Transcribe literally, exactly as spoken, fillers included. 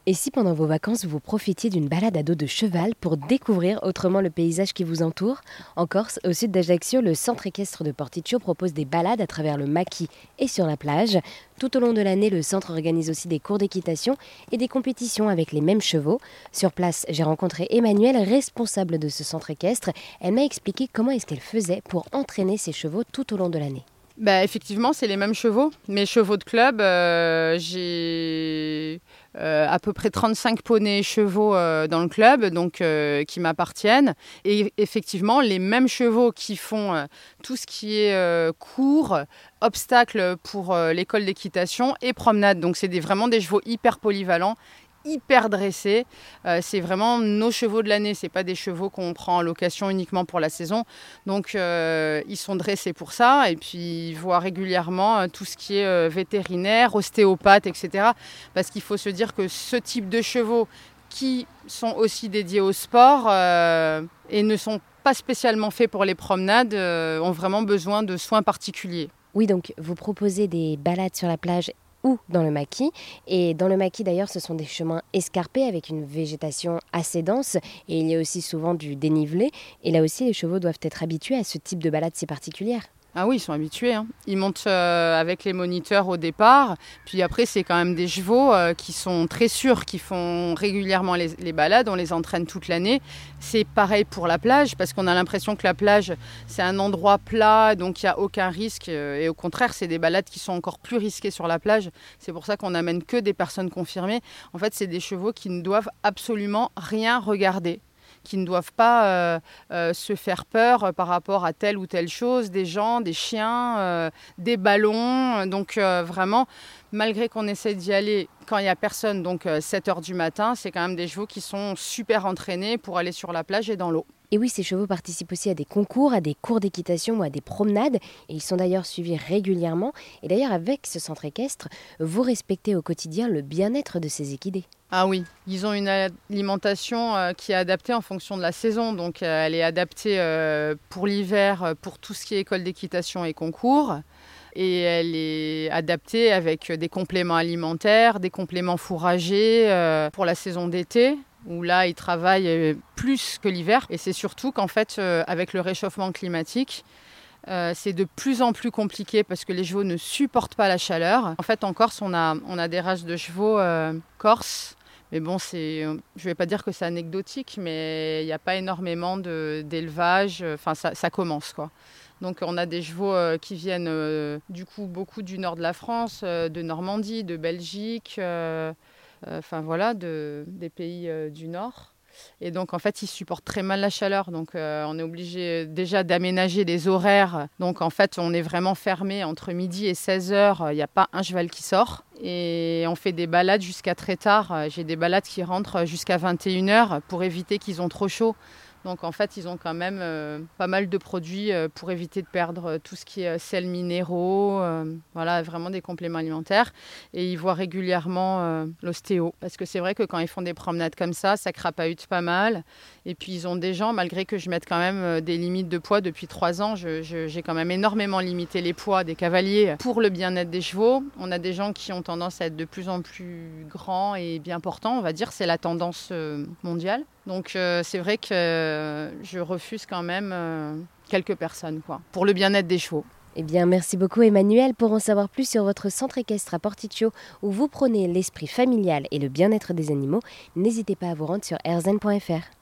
Et si pendant vos vacances, vous profitiez d'une balade à dos de cheval pour découvrir autrement le paysage qui vous entoure? En Corse, au sud d'Ajaccio, le centre équestre de Porticcio propose des balades à travers le maquis et sur la plage. Tout au long de l'année, le centre organise aussi des cours d'équitation et des compétitions avec les mêmes chevaux. Sur place, j'ai rencontré Emmanuelle, responsable de ce centre équestre. Elle m'a expliqué comment est-ce qu'elle faisait pour entraîner ses chevaux tout au long de l'année. Bah, effectivement, c'est les mêmes chevaux. Mes chevaux de club, euh, j'ai euh, à peu près trente-cinq poneys chevaux euh, dans le club, donc euh, qui m'appartiennent. Et effectivement, les mêmes chevaux qui font euh, tout ce qui est euh, cours, obstacles pour euh, l'école d'équitation et promenade. Donc c'est des, vraiment des chevaux hyper polyvalents, hyper dressés. Euh, c'est vraiment nos chevaux de l'année. C'est pas des chevaux qu'on prend en location uniquement pour la saison. Donc euh, ils sont dressés pour ça. Et puis ils voient régulièrement euh, tout ce qui est euh, vétérinaire, ostéopathe, et cetera. Parce qu'il faut se dire que ce type de chevaux qui sont aussi dédiés au sport euh, et ne sont pas spécialement faits pour les promenades euh, ont vraiment besoin de soins particuliers. Oui, donc vous proposez des balades sur la plage ou dans le maquis. Et dans le maquis, d'ailleurs, ce sont des chemins escarpés avec une végétation assez dense. Et il y a aussi souvent du dénivelé. Et là aussi, les chevaux doivent être habitués à ce type de balade si particulière. Ah oui, ils sont habitués. Hein. Ils montent euh, avec les moniteurs au départ. Puis après, c'est quand même des chevaux euh, qui sont très sûrs, qui font régulièrement les, les balades. On les entraîne toute l'année. C'est pareil pour la plage, parce qu'on a l'impression que la plage, c'est un endroit plat, donc il n'y a aucun risque. Et au contraire, c'est des balades qui sont encore plus risquées sur la plage. C'est pour ça qu'on n'amène que des personnes confirmées. En fait, c'est des chevaux qui ne doivent absolument rien regarder, qui ne doivent pas euh, euh, se faire peur par rapport à telle ou telle chose, des gens, des chiens, euh, des ballons. Donc euh, vraiment, malgré qu'on essaie d'y aller quand il n'y a personne, donc euh, sept heures du matin, c'est quand même des chevaux qui sont super entraînés pour aller sur la plage et dans l'eau. Et oui, ces chevaux participent aussi à des concours, à des cours d'équitation ou à des promenades. Et ils sont d'ailleurs suivis régulièrement. Et d'ailleurs, avec ce centre équestre, vous respectez au quotidien le bien-être de ces équidés. Ah oui, ils ont une alimentation euh, qui est adaptée en fonction de la saison. Donc euh, elle est adaptée euh, pour l'hiver, pour tout ce qui est école d'équitation et concours. Et elle est adaptée avec des compléments alimentaires, des compléments fourragers euh, pour la saison d'été, où là, ils travaillent plus que l'hiver. Et c'est surtout qu'en fait, euh, avec le réchauffement climatique, euh, c'est de plus en plus compliqué parce que les chevaux ne supportent pas la chaleur. En fait, en Corse, on a, on a des races de chevaux euh, corses. Mais bon, c'est, je ne vais pas dire que c'est anecdotique, mais il n'y a pas énormément de, d'élevage. Enfin, ça, ça commence, quoi. Donc on a des chevaux euh, qui viennent euh, du coup beaucoup du nord de la France, euh, de Normandie, de Belgique, euh, euh, enfin voilà, de, des pays euh, du nord. Et donc en fait ils supportent très mal la chaleur, donc euh, on est obligé déjà d'aménager les horaires. Donc en fait on est vraiment fermé entre midi et seize heures, il n'y a pas un cheval qui sort. Et on fait des balades jusqu'à très tard, j'ai des balades qui rentrent jusqu'à vingt et une heures pour éviter qu'ils ont trop chaud. Donc en fait, ils ont quand même euh, pas mal de produits euh, pour éviter de perdre euh, tout ce qui est euh, sels minéraux, euh, voilà, vraiment des compléments alimentaires. Et ils voient régulièrement euh, l'ostéo. Parce que c'est vrai que quand ils font des promenades comme ça, ça crapahute pas mal. Et puis ils ont des gens, malgré que je mette quand même euh, des limites de poids depuis trois ans, je, je, j'ai quand même énormément limité les poids des cavaliers pour le bien-être des chevaux. On a des gens qui ont tendance à être de plus en plus grands et bien portants, on va dire. C'est la tendance euh, mondiale. Donc euh, c'est vrai que euh, je refuse quand même euh, quelques personnes, quoi, pour le bien-être des chevaux. Eh bien, merci beaucoup Emmanuelle. Pour en savoir plus sur votre centre équestre à Porticcio, où vous prenez l'esprit familial et le bien-être des animaux, n'hésitez pas à vous rendre sur erzen point f r.